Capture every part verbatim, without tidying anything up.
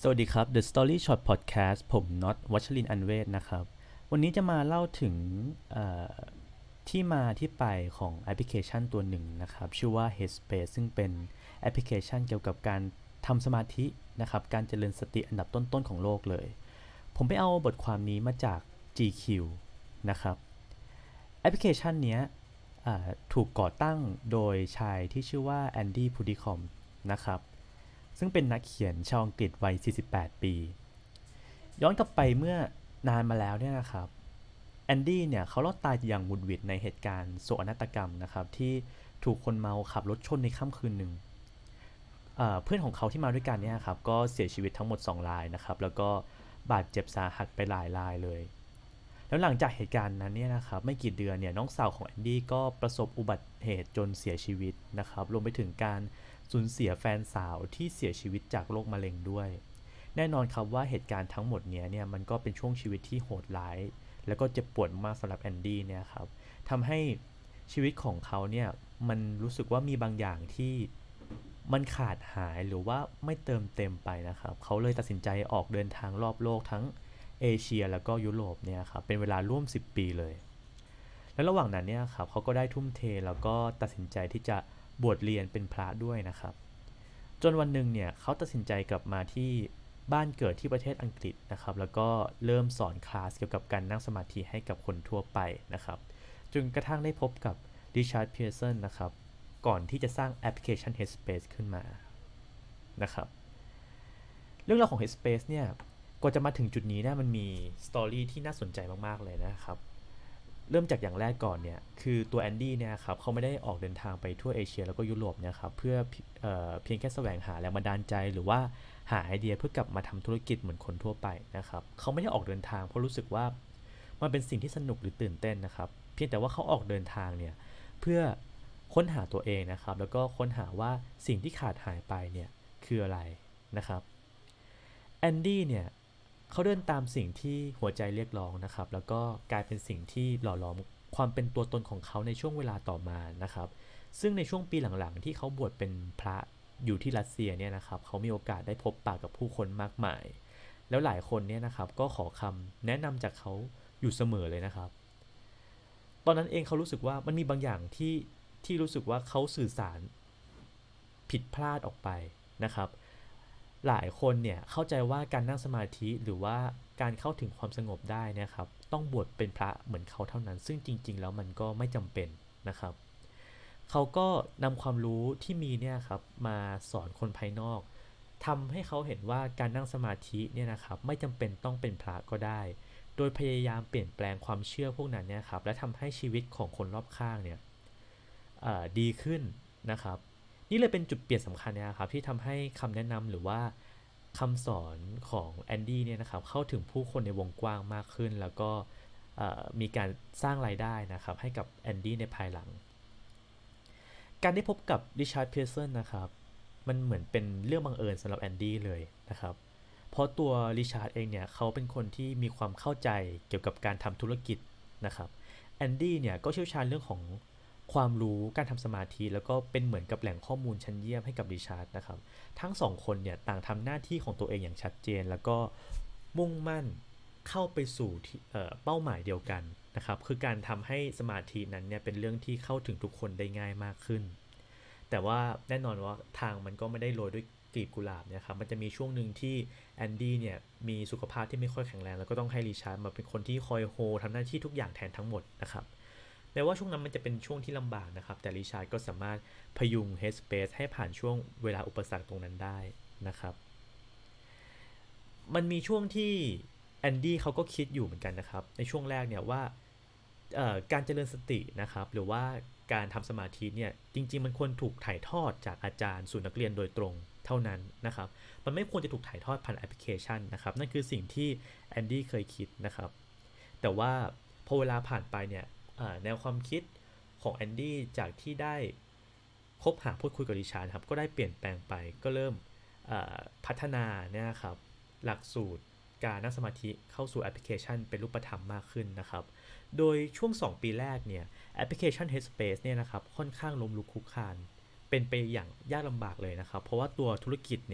สวัสดีครับ The Story Short Podcast ผมน็อตวัชรินทร์อันเวศนะครับวันนี้จะมาเล่าถึงที่มาที่ไปของแอปพลิเคชันตัวหนึ่งนะครับชื่อว่า Headspace ซึ่งเป็นแอปพลิเคชันเกี่ยวกับการทำสมาธินะครับการเจริญสติอันดับต้นๆของโลกเลยผมไปเอาบทความนี้มาจาก จี คิว นะครับแอปพลิเคชันนี้ถูกก่อตั้งโดยชายที่ชื่อว่าแอนดี้พูดิคอมนะครับซึ่งเป็นนักเขียนชาวอังกฤษวัย สี่สิบแปด ปีย้อนกลับไปเมื่อนานมาแล้วเนี่ยนะครับแอนดี้เนี่ยเขารอดตายอย่างหวุดหวิดในเหตุการณ์โศกนาฏกรรมนะครับที่ถูกคนเมาขับรถชนในค่ำคืนหนึ่ง เอ่อเพื่อนของเขาที่มาด้วยกันเนี่ยครับก็เสียชีวิตทั้งหมดสองรายนะครับแล้วก็บาดเจ็บสาหัสไปหลายรายเลยแล้วหลังจากเหตุการณ์นั้นเนี่ยนะครับไม่กี่เดือนเนี่ยน้องสาวของแอนดี้ก็ประสบอุบัติเหตุจนเสียชีวิตนะครับรวมไปถึงการสูญเสียแฟนสาวที่เสียชีวิตจากโรคมะเร็งด้วยแน่นอนครับว่าเหตุการณ์ทั้งหมดเนี้ยเนี่ยมันก็เป็นช่วงชีวิตที่โหดร้ายแล้วก็เจ็บปวดมากสำหรับแอนดี้เนี่ยครับทำให้ชีวิตของเขาเนี่ยมันรู้สึกว่ามีบางอย่างที่ มันขาดหายหรือว่าไม่เติมเต็มไปนะครับเขาเลยตัดสินใจออกเดินทางรอบโลกทั้งเอเชียแล้วก็ยุโรปเนี่ยครับเป็นเวลาร่วมสิบปีเลยแล้วระหว่างนั้นเนี่ยครับเขาก็ได้ทุ่มเทแล้วก็ตัดสินใจที่จะบวชเรียนเป็นพระด้วยนะครับจนวันหนึ่งเนี่ยเขาตัดสินใจกลับมาที่บ้านเกิดที่ประเทศอังกฤษนะครับแล้วก็เริ่มสอนคลาสเกี่ยวกับการนั่งสมาธิให้กับคนทั่วไปนะครับจนกระทั่งได้พบกับริชาร์ดเพียร์สันนะครับก่อนที่จะสร้างแอปพลิเคชัน Headspace ขึ้นมานะครับเรื่องราวของ Headspace เนี่ยกว่าจะมาถึงจุดนี้เนี่ยมันมีสตอรี่ที่น่าสนใจมากๆเลยนะครับเริ่มจากอย่างแรกก่อนเนี่ยคือตัวแอนดี้เนี่ยครับเขาไม่ได้ออกเดินทางไปทั่วเอเชียแล้วก็ยุโรปเนี่ยครับเพื่อเออเพียงแค่แสวงหาแรงบันดาลใจหรือว่าหาไอเดียเพื่อกลับมาทำธุรกิจเหมือนคนทั่วไปนะครับเขาไม่ได้ออกเดินทางเพราะรู้สึกว่ามันเป็นสิ่งที่สนุกหรือตื่นเต้นนะครับเพียงแต่ว่าเขาออกเดินทางเนี่ยเพื่อค้นหาตัวเองนะครับแล้วก็ค้นหาว่าสิ่งที่ขาดหายไปเนี่ยคืออะไรนะครับแอนดี้เนี่ยเขาเดินตามสิ่งที่หัวใจเรียกร้องนะครับแล้วก็กลายเป็นสิ่งที่หล่อหลอมความเป็นตัวตนของเขาในช่วงเวลาต่อมานะครับซึ่งในช่วงปีหลังๆที่เขาบวชเป็นพระอยู่ที่รัสเซียเนี่ยนะครับเขามีโอกาสได้พบปะกับผู้คนมากมายแล้วหลายคนเนี่ยนะครับก็ขอคำแนะนำจากเขาอยู่เสมอเลยนะครับตอนนั้นเองเขารู้สึกว่ามันมีบางอย่างที่ที่รู้สึกว่าเขาสื่อสารผิดพลาดออกไปนะครับ หลายคนเนี่ยเข้าใจว่าการนั่งสมาธิหรือว่าการเข้าถึงความสงบได้นะครับต้องบวชเป็นพระเหมือนเขาเท่านั้นซึ่งจริงๆแล้วมันก็ไม่จำเป็นนะครับเขาก็นำความรู้ที่มีเนี่ยครับมาสอนคนภายนอกทำให้เขาเห็นว่าการนั่งสมาธิเนี่ยนะครับไม่จำเป็นต้องเป็นพระก็ได้โดยพยายามเปลี่ยนแปลงความเชื่อพวกนั้นเนี่ยครับและทำให้ชีวิตของคนรอบข้างเนี่ยดีขึ้นนะครับ นี่เลยเป็นจุดเปลี่ยนสำคัญนะครับที่ทำให้คำแนะนำหรือว่าคำสอนของแอนดี้เนี่ยนะครับเข้าถึงผู้คนในวงกว้างมากขึ้นแล้วก็มีการสร้างรายได้นะครับให้กับแอนดี้ในภายหลังการได้พบกับริชาร์ดเพียร์สันนะครับมันเหมือนเป็นเรื่องบังเอิญสำหรับแอนดี้เลยนะครับเพราะตัวริชาร์ดเองเนี่ยเขาเป็นคนที่มีความเข้าใจเกี่ยวกับการทำธุรกิจนะครับแอนดี้เนี่ยก็เชี่ยวชาญเรื่องของ ความรู้การทำสมาธิแล้วก็เป็นเหมือนกับแหล่งข้อมูลชั้นเยี่ยมให้กับริชาร์ดนะครับทั้งสองคนเนี่ยต่างทำหน้าที่ของตัวเองอย่างชัดเจนแล้วก็มุ่งมั่นเข้าไปสู่เป้าหมายเดียวกันนะครับคือการทำให้สมาธินั้นเนี่ยเป็นเรื่องที่เข้าถึงทุกคนได้ง่ายมากขึ้นแต่ว่าแน่นอนว่าทางมันก็ไม่ได้โรยด้วยกลีบกุหลาบนะครับมันจะมีช่วงหนึ่งที่แอนดี้เนี่ยมีสุขภาพที่ไม่ค่อยแข็งแรงแล้วก็ต้องให้ริชาร์ดมาเป็นคนที่คอยโฮทำหน้าที่ทุกอย่างแทนทั้งหมดนะครับแม้ว่าช่วงนั้นมันจะเป็นช่วงที่ลำบากนะครับแต่ริชาร์ดก็สามารถพยุง Headspace ให้ผ่านช่วงเวลาอุปสรรคตรงนั้นได้นะครับมันมีช่วงที่แอนดี้เขาก็คิดอยู่เหมือนกันนะครับในช่วงแรกเนี่ยว่าการเจริญสตินะครับหรือว่าการทำสมาธิเนี่ยจริงๆมันควรถูกถ่ายทอดจากอาจารย์สู่นักเรียนโดยตรงเท่านั้นนะครับมันไม่ควรจะถูกถ่ายทอดผ่านแอปพลิเคชันนะครับนั่นคือสิ่งที่แอนดี้เคยคิดนะครับแต่ว่าพอเวลาผ่านไปเนี่ยแนวความคิดของแอนดี้จากที่ได้คบหาพูดคุยกับริชาร์ดครับก็ได้เปลี่ยนแปลงไปก็เริ่มพัฒนาเนี่ยครับหลักสูตรการนั่งสมาธิเข้าสู่แอปพลิเคชันเป็นรูปธรรมมากขึ้นนะครับโดยช่วงสองปีแรกเนี่ยแอปพลิเคชัน Headspace เนี่ยนะครับค่อนข้างล้มลุกคลุกคลานเป็นไปอย่างยากลำบากเลยนะครับเพราะว่าตัวธุรกิจเนี่ย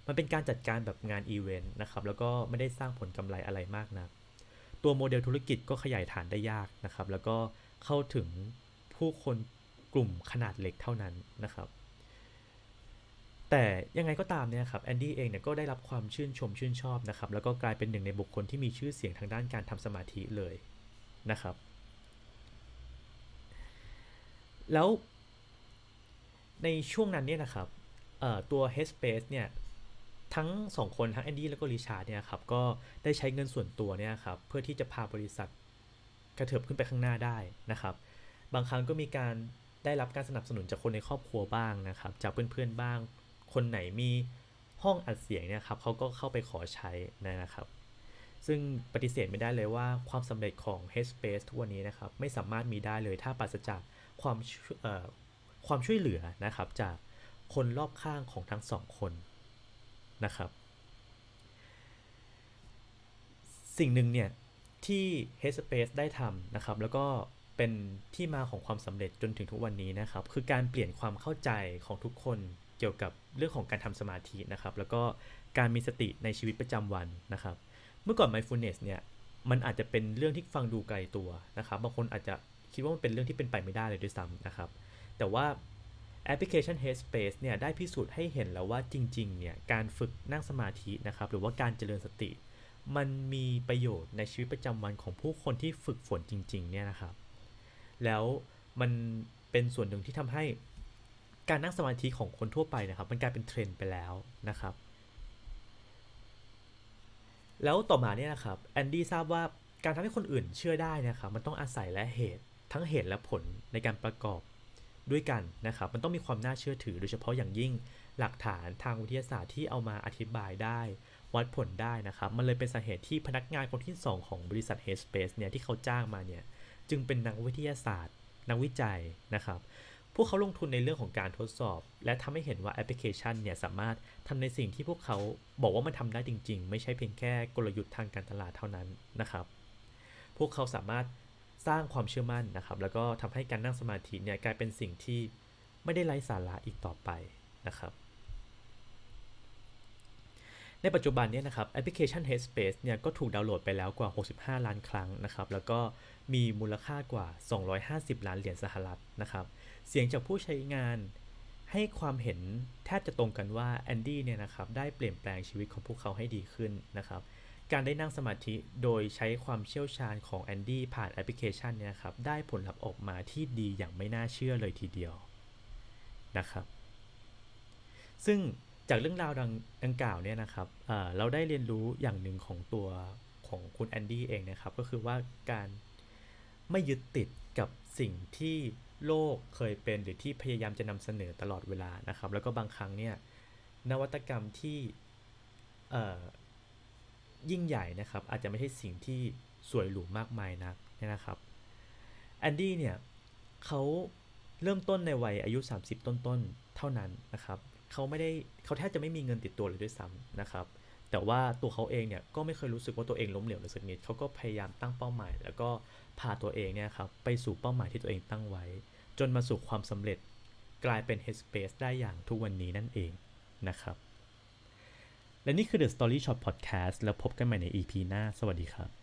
มันเป็นการจัดการแบบงานอีเวนต์นะครับแล้วก็ไม่ได้สร้างผลกำไรอะไรมากนะตัวโมเดลธุรกิจก็ขยายฐานได้ยากนะครับแล้วก็เข้าถึงผู้คนกลุ่มขนาดเล็กเท่านั้นนะครับแต่ยังไงก็ตามเนี่ยครับแอนดี้เองเนี่ยก็ได้รับความชื่นชมชื่นชอบนะครับแล้วก็กลายเป็นหนึ่งในบุคคลที่มีชื่อเสียงทางด้านการทำสมาธิเลยนะครับแล้วในช่วงนั้นเนี่ยนะครับตัว Headspace เนี่ยทั้งสองคนทั้งแอนดี้แล้วก็ริชาร์ดเนี่ยครับก็ได้ใช้เงินส่วนตัวเนี่ยครับเพื่อที่จะพาบริษัทกระเถิบขึ้นไปข้างหน้าได้นะครับบางครั้งก็มีการได้รับการสนับสนุนจากคนในครอบครัวบ้างนะครับจากเพื่อนๆบ้างคนไหนมีห้องอัดเสียงเนี่ยครับเขาก็เข้าไปขอใช้นะครับซึ่งปฏิเสธไม่ได้เลยว่าความสำเร็จของ Headspace ทุกวันนี้นะครับไม่สามารถมีได้เลยถ้าปราศจากความความช่วยเหลือนะครับจากคนรอบข้างของทั้งสองคนนะครับสิ่งหนึ่งเนี่ยที่ Headspace ได้ทำนะครับแล้วก็เป็นที่มาของความสำเร็จจนถึงทุกวันนี้นะครับคือการเปลี่ยนความเข้าใจของทุกคนเกี่ยวกับเรื่องของการทำสมาธินะครับแล้วก็การมีสติในชีวิตประจำวันนะครับเมื่อก่อน mindfulness เนี่ยมันอาจจะเป็นเรื่องที่ฟังดูไกลตัวนะครับบางคนอาจจะคิดว่ามันเป็นเรื่องที่เป็นไปไม่ได้เลยด้วยซ้ำนะครับแต่ว่าแอปพลิเคชัน Headspace เนี่ยได้พิสูจน์ให้เห็นแล้วว่าจริงๆเนี่ยการฝึกนั่งสมาธินะครับหรือว่าการเจริญสติมันมีประโยชน์ในชีวิตประจำวันของผู้คนที่ฝึกฝนจริงๆเนี่ยนะครับแล้วมันเป็นส่วนหนึ่งที่ทำให้การนั่งสมาธิของคนทั่วไปนะครับมันกลายเป็นเทรนด์ไปแล้วนะครับแล้วต่อมาเนี่ยนะครับแอนดี้ทราบว่าการทำให้คนอื่นเชื่อได้นะครับมันต้องอาศัยและเหตุทั้งเหตุและผลในการประกอบด้วยกันนะครับมันต้องมีความน่าเชื่อถือโดยเฉพาะอย่างยิ่งหลักฐานทางวิทยาศาสตร์ที่เอามาอธิบายได้วัดผลได้นะครับมันเลยเป็นสาเหตุที่พนักงานคนที่สองของบริษัท Headspace เนี่ยที่เขาจ้างมาเนี่ยจึงเป็นนักวิทยาศาสตร์นักวิจัยนะครับพวกเขาลงทุนในเรื่องของการทดสอบและทำให้เห็นว่าแอปพลิเคชันเนี่ยสามารถทำในสิ่งที่พวกเขาบอกว่ามันทำได้จริงๆไม่ใช่เพียงแค่กลยุทธ์ทางการตลาดเท่านั้นนะครับพวกเขาสามารถสร้างความเชื่อมั่นนะครับแล้วก็ทำให้การนั่งสมาธิเนี่ยกลายเป็นสิ่งที่ไม่ได้ไร้สาระอีกต่อไปนะครับในปัจจุบันนี้นะครับแอปพลิเคชัน Headspace เนี่ยก็ถูกดาวน์โหลดไปแล้วกว่าหกสิบห้าล้านครั้งนะครับแล้วก็มีมูลค่ากว่าสองร้อยห้าสิบล้านเหรียญสหรัฐนะครับเสียงจากผู้ใช้งานให้ความเห็นแทบจะตรงกันว่าแอนดี้เนี่ยนะครับได้เปลี่ยนแปลงชีวิตของพวกเขาให้ดีขึ้นนะครับการได้นั่งสมาธิโดยใช้ความเชี่ยวชาญของแอนดี้ผ่านแอปพลิเคชันเนี่ยครับได้ผลลัพธ์ออกมาที่ดีอย่างไม่น่าเชื่อเลยทีเดียวนะครับซึ่งจากเรื่องราวดังดังกล่าวเนี่ยนะครับเอ่อเราได้เรียนรู้อย่างหนึ่งของตัวของคุณแอนดี้เองนะครับก็คือว่าการไม่ยึดติดกับสิ่งที่โลกเคยเป็นหรือที่พยายามจะนำเสนอตลอดเวลานะครับแล้วก็บางครั้งเนี่ยนวัตกรรมที่เอ่อยิ่งใหญ่นะครับอาจจะไม่ใช่สิ่งที่สวยหรูมากมายนักนะครับแอนดี้เนี่ยเขาเริ่มต้นในวัยอายุสามสิบต้นๆเท่านั้นนะครับเขาไม่ได้เขาแทบจะไม่มีเงินติดตัวเลยด้วยซ้ำนะครับแต่ว่าตัวเขาเองเนี่ยก็ไม่เคยรู้สึกว่าตัวเองล้มเหลวเลยสักนิดเขาก็พยายามตั้งเป้าหมายแล้วก็พาตัวเองเนี่ยครับไปสู่เป้าหมายที่ตัวเองตั้งไว้จนมาสู่ความสำเร็จกลายเป็น Headspace ได้อย่างทุกวันนี้นั่นเองนะครับและนี่คือ The Story Shop Podcast แล้วพบกันใหม่ใน อี พี หน้าสวัสดีครับ